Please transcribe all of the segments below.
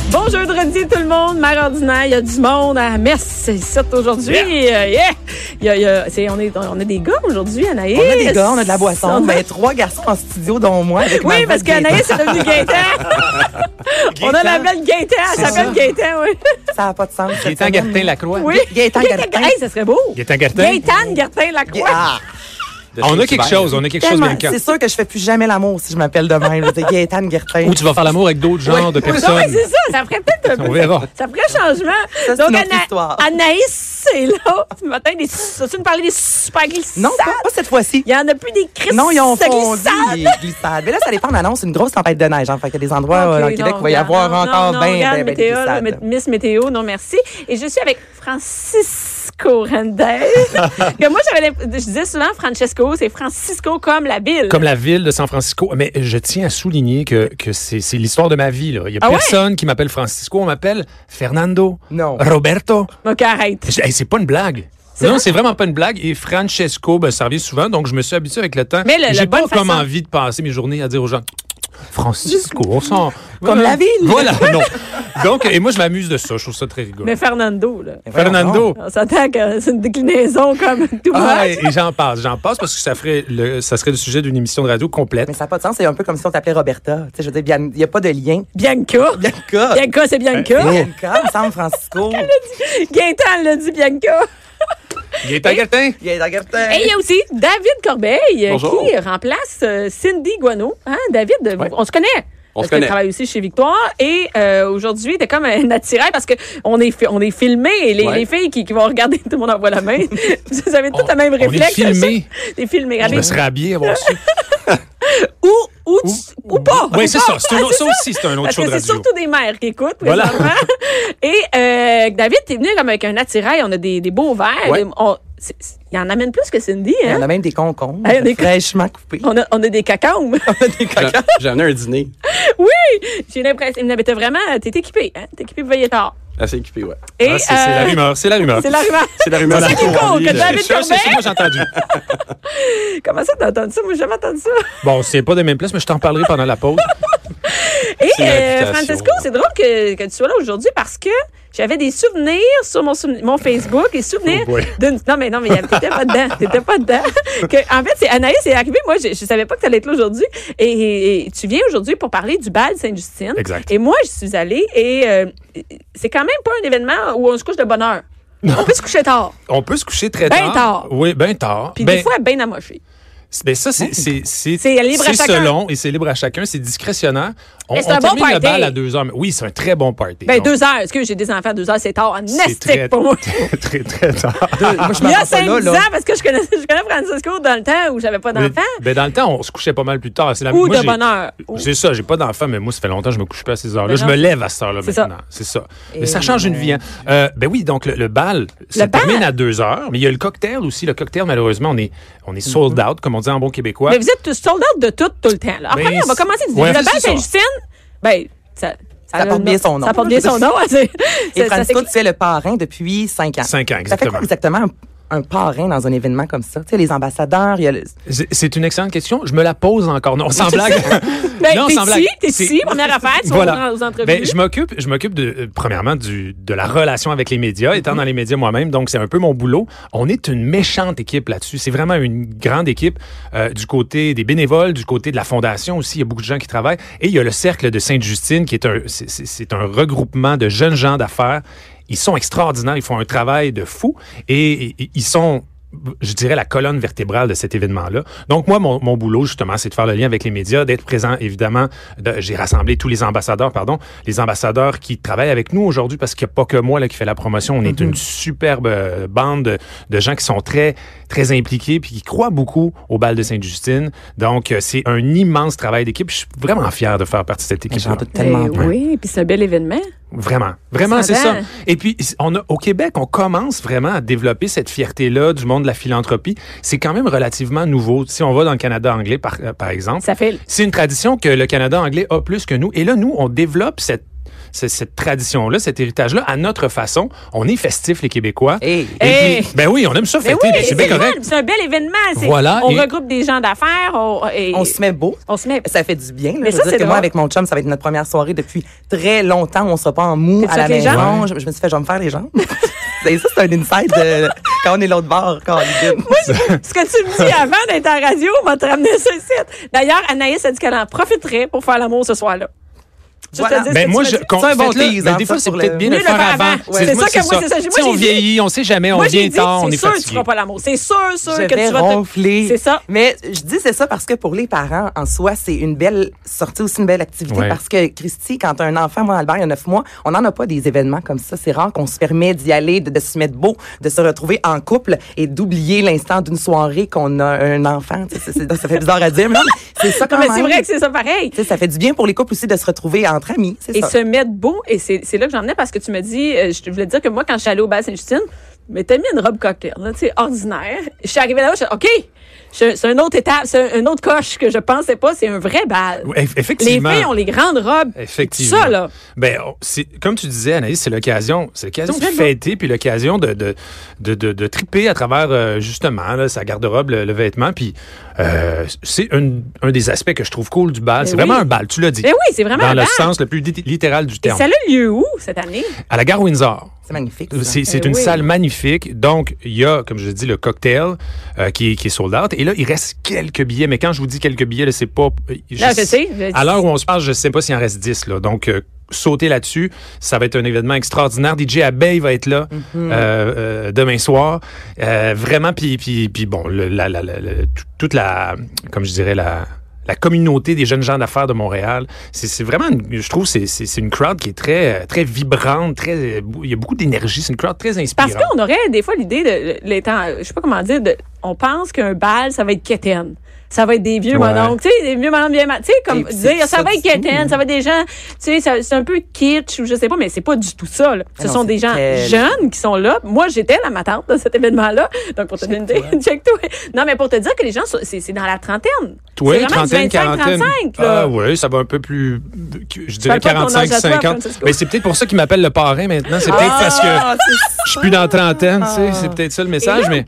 Bon jeudi tout le monde, mère ordinaire, il y a du monde à Metz, c'est aujourd'hui. On a des gars aujourd'hui, Anaïs. On a des gars, on a de la boisson. Ben, 3 garçons en studio, dont moi. Avec oui, parce qu'Anaïs est devenue Gaëtan. On a la belle Gaëtan, elle s'appelle Gaëtan, oui. Ça n'a pas de sens. Gaëtan Gertin-Lacroix. Oui, Gaëtan Gertin. Hey, ça serait beau. Gaëtan Gertin. Gaëtan Gertin-Lacroix. Ah. On a quelque chose, Bianca. C'est sûr que je fais plus jamais l'amour si je m'appelle de même. C'est Gaëtan Gertin. Ou tu vas faire l'amour avec d'autres genres de personnes. Oui, c'est ça. Ça ferait peut-être un peu. On verra. Ça ferait changement. Ça, c'est notre histoire. Anaïs, c'est là. Ce matin, tu nous parlais des super glissades. Non, pas cette fois-ci. Il y en a plus des crises. Non, ils ont fondu glissades. les glissades. Mais là, ça dépend de l'annonce. Une grosse tempête de neige. Fait qu'il y a des endroits dans le Québec où il va y avoir encore bien des glissades. Miss Météo, non merci. Et je suis avec Francisco Rendez. Que moi, je disais souvent Francesco, c'est Francisco comme la ville. Comme la ville de San Francisco. Mais je tiens à souligner que c'est l'histoire de ma vie. Là. Il n'y a personne qui m'appelle Francisco. On m'appelle Fernando. Non. Roberto. Donc arrête. Hey, c'est pas une blague. Non, c'est vraiment pas une blague. Et Francesco, ça revient souvent. Donc, je me suis habitué avec le temps. Mais j'ai pas comme envie de passer mes journées à dire aux gens Francisco, on sent. Comme la ville. Voilà, non. Donc, et moi, je m'amuse de ça. Je trouve ça très rigolo. Mais Fernando, là. Fernando. On s'entend que c'est une déclinaison comme tout le monde. Et j'en passe parce que ça serait le sujet d'une émission de radio complète. Mais ça n'a pas de sens. C'est un peu comme si on t'appelait Roberta. Tu sais, je veux dire, il n'y a pas de lien. Bianca, c'est Bianca. Bianca, me semble, Francisco. Gaëtan l'a dit, Bianca. Gaëtan Gertin. Et il y a aussi David Corbeil Bonjour. qui remplace Cindy Guano. Hein, David, on se connaît. On se connaît. Tu travailles aussi chez Victoire. Et aujourd'hui, t'es comme un attirail parce qu'on est filmé et les filles qui vont regarder, tout le monde envoie la main. Vous avez tous le même réflexe. On est filmé. T'es filmé. Je me serais habillé avoir su. Ou pas. Oui, c'est ça. Ça aussi, c'est un autre show de radio. C'est surtout des mères qui écoutent. Voilà. Et David, t'es venu comme avec un attirail. On a des beaux verres. Ouais. Il y en amène plus que Cindy, hein? On a même des concombres Des fraîchement coupés. On a des cacambes. J'ai amené un dîner. Oui! J'ai l'impression. Mais t'es vraiment. T'es équipé, hein? T'es équipé pour veiller tard. Assez équipé, ouais. Et, c'est la rumeur. C'est la rumeur. C'est la rumeur. C'est ça qui compte, que David C'est ça, moi, j'ai entendu. Comment ça, t'as entendu ça? Moi, j'ai jamais entendu ça. Bon, c'est pas des mêmes places, mais je t'en parlerai pendant la pause. Et C'est une invitation. Francesco, c'est drôle que tu sois là aujourd'hui parce que j'avais des souvenirs sur mon Facebook, des souvenirs d'une... Non, mais t'étais pas dedans. En fait, c'est Anaïs est arrivée. Moi, je savais pas que t'allais être là aujourd'hui. Et tu viens aujourd'hui pour parler du bal Sainte-Justine. Exact. Et moi, je suis allée et c'est quand même pas un événement où on se couche de bonne heure. On peut se coucher tard. On peut se coucher très Ben tard. Oui, bien tard. Puis des fois, bien amoché. Ben ça, c'est libre à chacun. selon et c'est libre à chacun. C'est discrétionnaire. On c'est un bon termine le party. bal à 2 heures. Oui, c'est un très bon party. Ben, Donc, 2 heures. Est-ce que j'ai des enfants? 2 heures, c'est tard. En c'est nestique pour moi. très, très tard. Moi, je Il y a m'attends pas 5 là. ans, parce que je connais Francisco dans le temps où j'avais pas d'enfants. Ben, dans le temps, on se couchait pas mal plus tard. C'est Ou de bonne heure. C'est ça, j'ai pas d'enfants, mais moi, ça fait longtemps que je me couche pas à ces heures-là. Ben Je non. me lève à cette heure-là C'est maintenant. C'est ça. Mais ça change une vie. Hein. Ben oui, donc le bal, ça termine à 2 heures, mais il y a le cocktail aussi. Le cocktail, malheureusement, on est sold out, comme on dit en bon québécois. Mais vous êtes tous sold out de tout le temps. Là. En Ben, premier, on va commencer du début. ouais, Le bal c'est ça. Sainte-Justine, ben, ça porte bien son nom. Ça porte bien son nom. Et Francisco, tu es le parrain depuis 5 ans. 5 ans, Ça fait exactement. quoi exactement un parrain dans un événement comme ça? Tu sais, les ambassadeurs, il y a le... C'est une excellente question. Je me la pose encore. Non, sans blague. Ben, Non, sans blague. t'es ici, première affaire, tu vas aux entrevues. Ben, je m'occupe premièrement de la relation avec les médias, étant dans les médias moi-même, donc c'est un peu mon boulot. On est une méchante équipe là-dessus. C'est vraiment une grande équipe du côté des bénévoles, du côté de la fondation aussi. Il y a beaucoup de gens qui travaillent. Et il y a le Cercle de Sainte-Justine, qui est c'est un regroupement de jeunes gens d'affaires. Ils sont extraordinaires, ils font un travail de fou et ils sont, je dirais, la colonne vertébrale de cet événement-là. Donc, moi, mon boulot, justement, c'est de faire le lien avec les médias, d'être présent, évidemment. J'ai rassemblé tous les ambassadeurs qui travaillent avec nous aujourd'hui, parce qu'il n'y a pas que moi là, qui fait la promotion. On est une superbe bande de gens qui sont très, très impliqués puis qui croient beaucoup au bal de Sainte-Justine. Donc, c'est un immense travail d'équipe. Je suis vraiment fier de faire partie de cette équipe-là. J'en doute tellement pas. Oui, puis c'est un bel événement. Vraiment, c'est ça. Et puis, au Québec, on commence vraiment à développer cette fierté-là du monde de la philanthropie. C'est quand même relativement nouveau. Si on va dans le Canada anglais, par exemple, Ça fait... c'est une tradition que le Canada anglais a plus que nous. Et là, nous, on développe cette tradition-là, cet héritage-là, à notre façon. On est festifs, les Québécois. Hey. Et puis, ben oui, on aime ça fêter, oui, c'est bien correct. C'est un bel événement. Voilà, on regroupe des gens d'affaires. On se met beau. On se met... Ça fait du bien. Là. Mais je ça, veux c'est dire que moi, drôle. avec mon chum, ça va être notre première soirée depuis très longtemps. On sera pas en mou T'es-tu à la avec les maison. gens? Je me suis fait, je vais me faire les jambes. Et ça, c'est un inside quand on est l'autre bord, quand on est Ce que tu me dis avant d'être en radio m'a te ramené sur le site. D'ailleurs, Anaïs a dit qu'elle en profiterait pour faire l'amour ce soir-là. Voilà. Te dis Ben ce que moi, tu m'as dit. C'est un bon faites-le, tease, mais hein, des fois, ça, c'est pour peut-être le- bien de Mieux le faire avant. Ouais. C'est ça que moi, c'est ça. Moi, Tu sais, on j'ai dit- vieillit, on sait jamais, on Moi, vient j'ai dit, tard, on est c'est sûr que tu fatigué. feras pas l'amour. C'est sûr Je que vais tu vas ronfler. C'est ça. Mais je dis c'est ça parce que pour les parents, en soi, c'est une belle sortie, aussi une belle activité. Ouais. Parce que, Christy, quand tu as un enfant, moi, Albert, il y a 9 mois, on n'en a pas des événements comme ça. C'est rare qu'on se permet d'y aller, de se mettre beau, de se retrouver en couple et d'oublier l'instant d'une soirée qu'on a un enfant. Tu sais, ça fait bizarre à dire, mais non, mais c'est ça quand Non, mais même. c'est vrai que c'est ça pareil. Tu sais, ça fait du bien pour les couples aussi de se retrouver entre amis. C'est Et ça. se mettre beau, et c'est là que j'en venais parce que tu me dis, je voulais te dire que moi, quand je suis allée au bal Sainte-Justine, mais t'as mis une robe cocktail, là, tu sais, ordinaire. Je suis arrivée là-bas, je suis OK, c'est une autre étape, c'est une autre coche que je pensais pas, c'est un vrai bal. Oui, Les effectivement. filles ont les grandes robes. Effectivement. Tout ça, là. Ben, comme tu disais, Anaïs, c'est l'occasion de C'est fêter, puis l'occasion de triper à travers, justement, là, sa garde-robe, le vêtement. Puis c'est un des aspects que je trouve cool du bal. Mais C'est oui. vraiment un bal, tu l'as dit. Mais oui, c'est vraiment Dans un le bal. sens le plus littéral du Et terme. ça a lieu où, cette année? À la gare Windsor. C'est magnifique. ça. C'est Eh une oui. salle magnifique. Donc, il y a, comme je dis, le cocktail qui est sold out. Et là, il reste quelques billets. Mais quand je vous dis quelques billets, là, c'est pas... Là, je sais. À l'heure où on se parle, je sais pas s'il en reste 10. Là. Donc, sautez là-dessus. Ça va être un événement extraordinaire. DJ Abeille va être là demain soir. Vraiment, puis bon, toute la... Comme je dirais, la communauté des jeunes gens d'affaires de Montréal, c'est vraiment, je trouve, c'est une crowd qui est très, très vibrante, il y a beaucoup d'énergie. C'est une crowd très inspirante. Parce qu'on aurait des fois l'idée je sais pas comment dire, on pense qu'un bal, ça va être quétaine. Ça va être des vieux Ouais. mononcles, tu sais, des vieux mononcles bien tu sais, comme Et puis dire, c'est ça ça va être du tout. quétaine, ça va être des gens, tu sais, c'est un peu kitsch ou je sais pas, mais c'est pas du tout ça, là. Ce non, sont c'est des gens très- jeunes qui sont là. Moi, j'étais la matante de cet événement-là. Donc, pour te donner une idée, check-toi. Non, mais pour te dire que les gens, c'est dans la trentaine. Toi, c'est vraiment trentaine, du 25, quarantaine. 35, là. Ah oui, ça va un peu plus, je dirais parle pas de ton 45, âge à toi, 50. Francisco. Mais c'est peut-être pour ça qu'ils m'appellent le parrain maintenant. C'est peut-être parce que je suis plus dans la trentaine, tu sais. C'est peut-être ça le message, là, mais...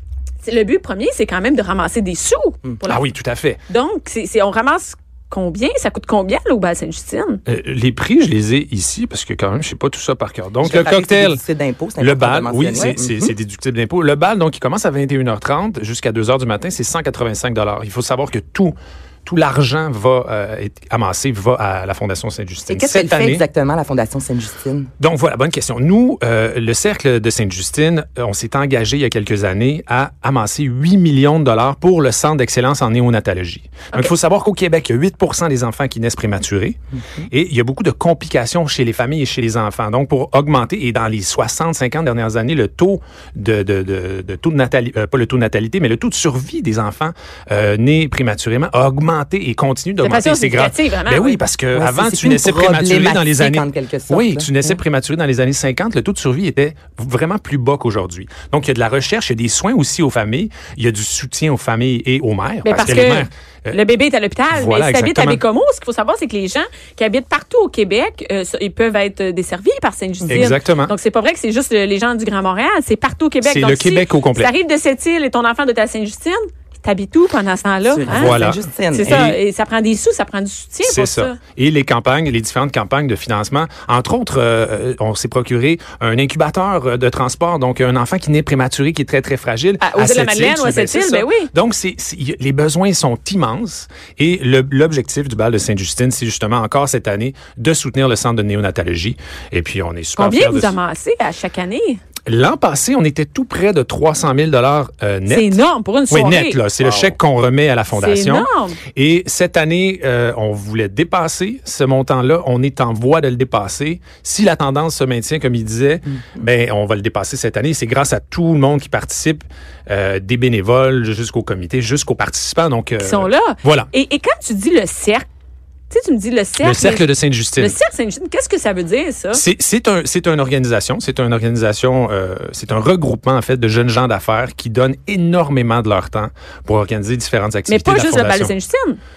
Le but premier, c'est quand même de ramasser des sous. Pour la... Ah oui, tout à fait. Donc, on ramasse combien? Ça coûte combien, là, au bal Sainte-Justine? Les prix, je les ai ici parce que quand même, je sais pas tout ça par cœur. Donc, Je le vais parler, c'est cocktail, déductible d'impôt, c'est le important bal, de oui, mentionner. c'est déductible d'impôt. Le bal, donc, il commence à 21h30 jusqu'à 2h du matin, c'est 185 $. Il faut savoir que tout l'argent va être amassé, va à la Fondation Sainte-Justine. Et qu'est-ce qu'elle fait exactement, la Fondation Sainte-Justine? Donc voilà, bonne question. Nous, le Cercle de Sainte-Justine, on s'est engagé il y a quelques années à amasser 8 millions de dollars pour le Centre d'excellence en néonatologie. Donc il faut savoir qu'au Québec, il y a 8% des enfants qui naissent prématurés et il y a beaucoup de complications chez les familles et chez les enfants. Donc pour augmenter, et dans les 60-50 dernières années, le taux de taux de natalité, pas le taux de natalité, mais le taux de survie des enfants nés prématurément a augmenté et continue d'augmenter. C'est grave. Ben oui, parce que Ouais, avant c'est tu naissais prématuré dans les années. en quelque sorte, Oui, là. tu naissais prématuré dans les années 50, le taux de survie était vraiment plus bas qu'aujourd'hui. Donc il y a de la recherche, il y a des soins aussi aux familles, il y a du soutien aux familles et aux mères Mais parce que les mères le bébé est à l'hôpital, voilà, mais si tu habites à exactement. Bécomo, ce qu'il faut savoir, c'est que les gens qui habitent partout au Québec, ils peuvent être desservis par Sainte-Justine. Exactement. Donc, c'est pas vrai que c'est juste les gens du Grand Montréal, c'est partout au Québec. C'est Donc, le Québec au complet. Si t'arrives de cette île et ton enfant de ta Sainte-Justine, t'habites où pendant ce temps-là? Sur- Hein? Voilà. Sainte-Justine. C'est ça. Et ça prend des sous, ça prend du soutien C'est pour ça. Et les campagnes, les différentes campagnes de financement. Entre autres, on s'est procuré un incubateur de transport, donc un enfant qui naît prématuré, qui est très, très fragile. Aux îles de la Madeleine ou à c'est Sept-Îles, ça. ben oui. Donc, les besoins sont immenses. Et l'objectif du bal de Sainte-Justine, c'est justement encore cette année de soutenir le centre de néonatologie. Et puis, on est super Combien fiers de vous ça. amassez à chaque année? L'an passé, on était tout près de 300 000 net. C'est énorme pour une Oui, soirée. net, là. C'est le chèque qu'on remet à la Fondation. C'est énorme. Et cette année, on voulait dépasser ce montant-là. On est en voie de le dépasser. Si la tendance se maintient, comme il disait, ben, on va le dépasser cette année. C'est grâce à tout le monde qui participe, des bénévoles jusqu'au comité, jusqu'aux participants. Donc, Qui sont là. Voilà. Et quand tu dis le cercle, tu sais, tu me dis le cercle. Le Cercle de Sainte-Justine. Le cercle Sainte-Justine, qu'est-ce que ça veut dire, ça? C'est une organisation. C'est une organisation, c'est un regroupement, en fait, de jeunes gens d'affaires qui donnent énormément de leur temps pour organiser différentes Mais activités pas de la juste le bal de Fondation. Sainte-Justine.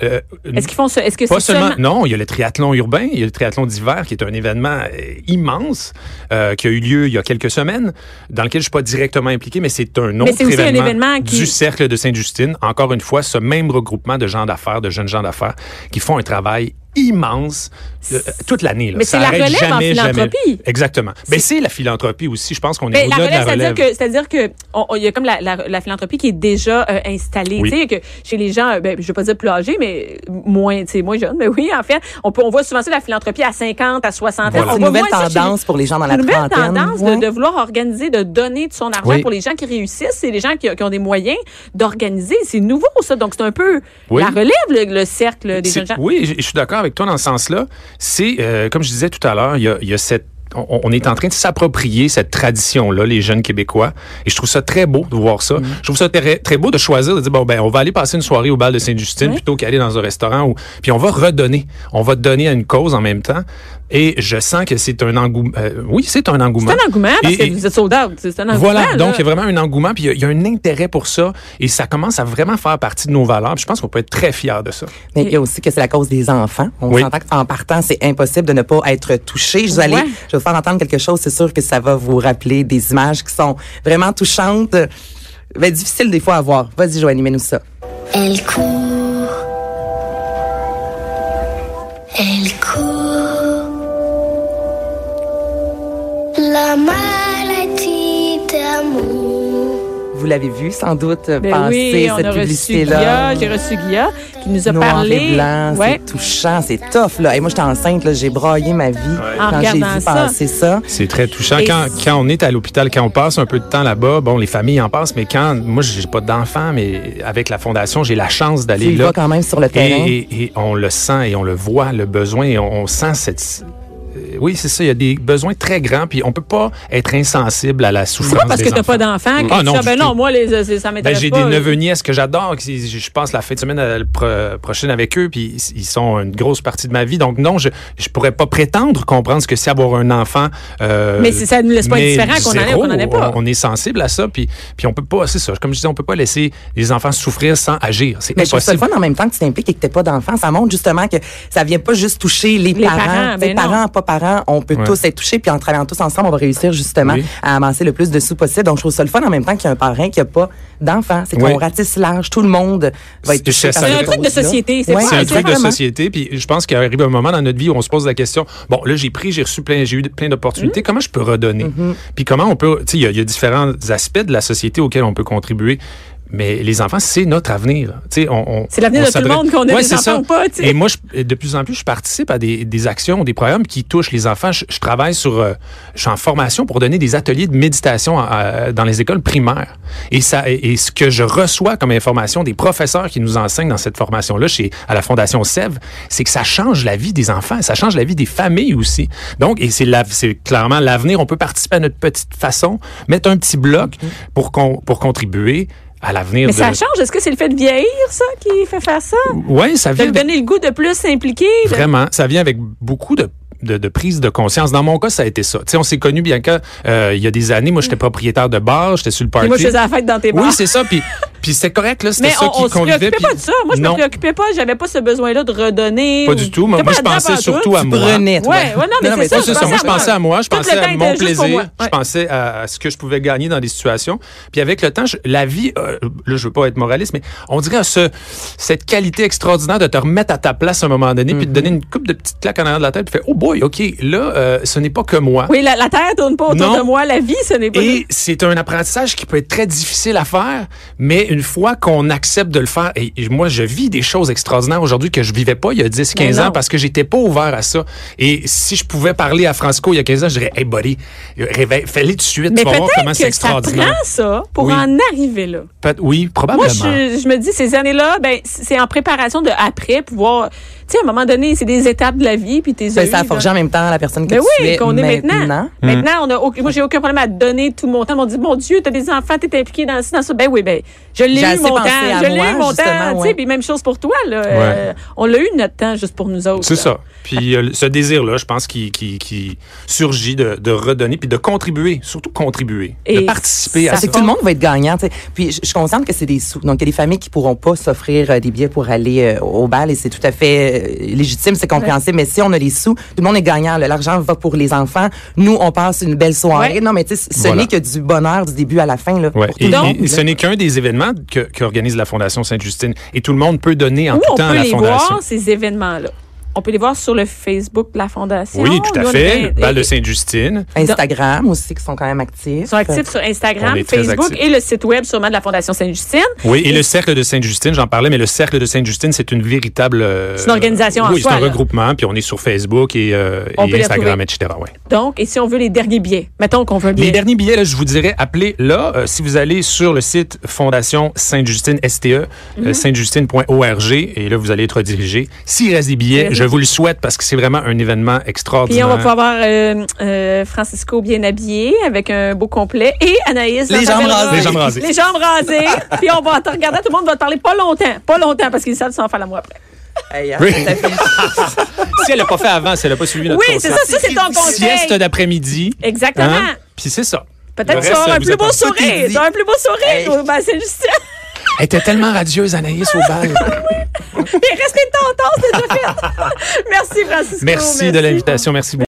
Est-ce qu'ils font ça? Est-ce que pas c'est seulement? Non, il y a le triathlon urbain, il y a le triathlon d'hiver qui est un événement immense qui a eu lieu il y a quelques semaines, dans lequel je suis pas directement impliqué, mais c'est un autre événement du Cercle de Sainte-Justine. Encore une fois, ce même regroupement de gens d'affaires, de jeunes gens d'affaires qui font un travail immense toute l'année. Là. Mais c'est la relève jamais, en philanthropie. Jamais. Exactement. Mais c'est la philanthropie aussi. Je pense qu'on est au-delà de la relève. C'est-à-dire que il y a comme la philanthropie qui est déjà installée. Oui. Tu sais, que chez les gens, je vais pas dire plus âgés, mais moins jeunes. Mais oui, en fait, on voit souvent ça, la philanthropie à 50, à 60 ans. Voilà. C'est une nouvelle tendance pour les gens dans la trentaine. C'est une nouvelle tendance de vouloir organiser, de donner de son argent pour les gens qui réussissent. C'est les gens qui ont des moyens d'organiser. C'est nouveau, ça. Donc, c'est un peu la relève, le cercle des jeunes gens. Oui, je suis d'accord avec toi dans ce sens-là. C'est, comme je disais tout à l'heure, il y a cette on est en train de s'approprier cette tradition-là, les jeunes Québécois. Et je trouve ça très beau de voir ça. Je trouve ça très, très beau de choisir, de dire, on va aller passer une soirée au bal de Sainte-Justine plutôt qu'aller dans un restaurant. Puis on va redonner. On va donner à une cause en même temps. Et je sens que c'est un engouement. Oui, c'est un engouement. C'est un engouement parce que vous êtes sold out. C'est un engouement. Voilà. Donc, il y a vraiment un engouement. Puis il y a un intérêt pour ça. Et ça commence à vraiment faire partie de nos valeurs. Puis je pense qu'on peut être très fiers de ça. Mais il y a aussi que c'est la cause des enfants. On s'entend qu'en partant, c'est impossible de ne pas être touché. Je vais vous faire entendre quelque chose. C'est sûr que ça va vous rappeler des images qui sont vraiment touchantes. Difficile des fois à voir. Vas-y, Joanie, mets-nous ça. Elle court. Elle court. La maladie d'amour. Vous l'avez vu sans doute passer cette publicité-là. J'ai reçu Guilla qui nous a Noir parlé. Et blanc, c'est touchant, c'est tough. Là. Et moi, j'étais enceinte, là, j'ai braillé ma vie quand j'ai vu passer ça. C'est très touchant. Quand on est à l'hôpital, quand on passe un peu de temps là-bas, les familles en passent, mais moi, j'ai pas d'enfants, mais avec la Fondation, j'ai la chance d'aller là. Tu vas quand même sur le terrain. Et on le sent et on le voit, le besoin, et on sent cette... Oui, c'est ça. Il y a des besoins très grands, puis on peut pas être insensible à la souffrance des enfants. Parce que t'as pas d'enfants. Non, moi, ça m'intéresse pas. J'ai des neveux-nièces que j'adore. Je passe la fin de semaine prochaine avec eux, puis ils sont une grosse partie de ma vie. Donc non, je pourrais pas prétendre comprendre ce que c'est avoir un enfant. Mais ça ne nous laisse pas indifférent qu'on en ait ou qu'on en ait pas. On est sensible à ça, puis on peut pas. C'est ça. Comme je disais, on peut pas laisser les enfants souffrir sans agir. C'est impossible. Je trouve ça le fun en même temps que tu t'impliques et que t'aies pas d'enfants. Ça montre justement que ça vient pas juste toucher les parents. Les parents, pas parents. On peut tous être touchés, puis en travaillant tous ensemble, on va réussir justement à amasser le plus de sous possible. Donc, je trouve ça le fun en même temps qu'il y a un parrain qui n'a pas d'enfants. C'est qu'on ratisse large, tout le monde va être touché. C'est un truc de société. C'est un truc de société, puis je pense qu'il arrive un moment dans notre vie où on se pose la question, là, j'ai eu plein d'opportunités, comment je peux redonner? Puis comment on peut, il y a différents aspects de la société auxquels on peut contribuer. Mais les enfants, c'est notre avenir. C'est l'avenir de tout le monde qu'on ait des enfants ou pas. Et moi, de plus en plus, je participe à des actions, des programmes qui touchent les enfants. Je travaille je suis en formation pour donner des ateliers de méditation dans les écoles primaires. Et ce que je reçois comme information des professeurs qui nous enseignent dans cette formation-là à la Fondation Sèvres, c'est que ça change la vie des enfants, ça change la vie des familles aussi. Donc, et c'est clairement l'avenir. On peut participer à notre petite façon, mettre un petit bloc pour contribuer à l'avenir. Mais ça change. Est-ce que c'est le fait de vieillir, ça, qui fait faire ça? Oui, ça vient. De donner le goût de plus s'impliquer? Vraiment. Ça vient avec beaucoup de prise de conscience. Dans mon cas, ça a été ça. Tu sais, on s'est connus bien qu'il y a des années. Moi, j'étais propriétaire de bar, j'étais sur le party. Et moi, je faisais la fête dans tes bars. Oui, c'est ça. Puis c'était correct, là. C'était ça qui convivait. Mais on se préoccupait pas de ça. Moi, je me préoccupais pas. J'avais pas ce besoin-là de redonner. Pas du tout. Moi, je pensais surtout à moi. Prenais, toi. Ouais, non, mais c'est ça. Moi, je pensais à moi. Je pensais à mon plaisir. Je pensais à ce que je pouvais gagner dans des situations. Puis avec le temps, la vie, là, je veux pas être moraliste, mais on dirait cette qualité extraordinaire de te remettre à ta place à un moment donné, puis de donner une couple de petites claques en arrière de la tête, puis faire, oh boy, OK, là, ce n'est pas que moi. Oui, la Terre tourne pas autour de moi. La vie, ce n'est pas... Et c'est un apprentissage qui peut être très difficile à faire, mais une fois qu'on accepte de le faire, et moi, je vis des choses extraordinaires aujourd'hui que je vivais pas il y a 10-15 ans parce que j'étais pas ouvert à ça. Et si je pouvais parler à Francisco il y a 15 ans, je dirais, hey buddy, fais-le tout de suite, tu vas voir comment c'est extraordinaire. Mais peut-être que ça prend ça pour en arriver là. Oui, probablement. Moi, je me dis, ces années-là, c'est en préparation de après pouvoir... sais, à un moment donné, c'est des étapes de la vie, puis t'es Ça a forgé en même temps la personne que Ben tu oui, es qu'on est maintenant. Mm. Maintenant, moi, j'ai aucun problème à donner tout mon temps. On dit, mon Dieu, t'as des enfants, t'es impliqué dans ça. Ben oui, je l'ai J'ai eu assez mon temps. pensé à Je l'ai moi, eu mon justement, temps. Tu ouais. sais, puis même chose pour toi, là. Ouais. On l'a eu notre temps juste pour nous autres. C'est là. ça. Puis ce désir-là, je pense, qui surgit de redonner, puis de contribuer, surtout contribuer, de Et participer à ça ça. C'est que tout le monde va être gagnant. T'sais. Puis je suis consciente que c'est des sous. Donc, il y a des familles qui pourront pas s'offrir des billets pour aller au bal et c'est tout à fait légitime, c'est compréhensible. Mais si on a les sous, tout le monde est gagnant. Là. L'argent va pour les enfants. Nous, on passe une belle soirée. Ouais. Non, mais tu sais, ce Voilà. n'est que du bonheur du début à la fin. Là, Ouais. pour tout Et, le monde. et ce n'est qu'un des événements qu'organise la Fondation Sainte-Justine. Et tout le monde peut donner en Où tout on temps à peut la les Fondation. voir, ces événements-là? On peut les voir sur le Facebook de la Fondation. Oui, tout à Nous, on fait. est- Le bal de Sainte-Justine. Instagram aussi, qui sont quand même actifs. Ils sont actifs sur Instagram, On est très Facebook actifs. et le site web sûrement de la Fondation Sainte-Justine. Oui, et le Cercle de Sainte-Justine, j'en parlais, mais le Cercle de Sainte-Justine, c'est une véritable... C'est une organisation en oui, soi, c'est un là. regroupement, puis on est sur Facebook et On peut les Instagram, retrouver. etc. Ouais. Donc, et si on veut les derniers billets, mettons qu'on veut un billet. Les derniers billets, là, je vous dirais, appelez là. Si vous allez sur le site Fondation Sainte-Justine, STE, saintejustine.org, et là, vous allez être redirigé. S'il reste des billets, je vous le souhaite parce que c'est vraiment un événement Puis extraordinaire. on va pouvoir voir Francisco bien habillé avec un beau complet et Anaïs. Les dans sa jambes belle rasées. robe. Les jambes rasées. Les jambes rasées. Puis on va te regarder, tout le monde va te parler pas longtemps parce qu'ils savent s'en faire l'amour après. Hey, Oui. ça fait- Si elle l'a pas fait avant, si elle n'a pas suivi notre Oui, c'est conseil. ça, c'est ton conseil. Sieste d'après-midi. Exactement. Hein? Puis c'est ça. Peut-être Le que tu vas avoir reste, un vous plus beau attendez. Tout est sourire. dit. Tu as un plus beau sourire. Hey. C'est juste ça. Elle était tellement radieuse, Anaïs, au bal. Mais restez de tonton, c'est déjà fait. Merci, Francisco. Merci de l'invitation. Merci beaucoup.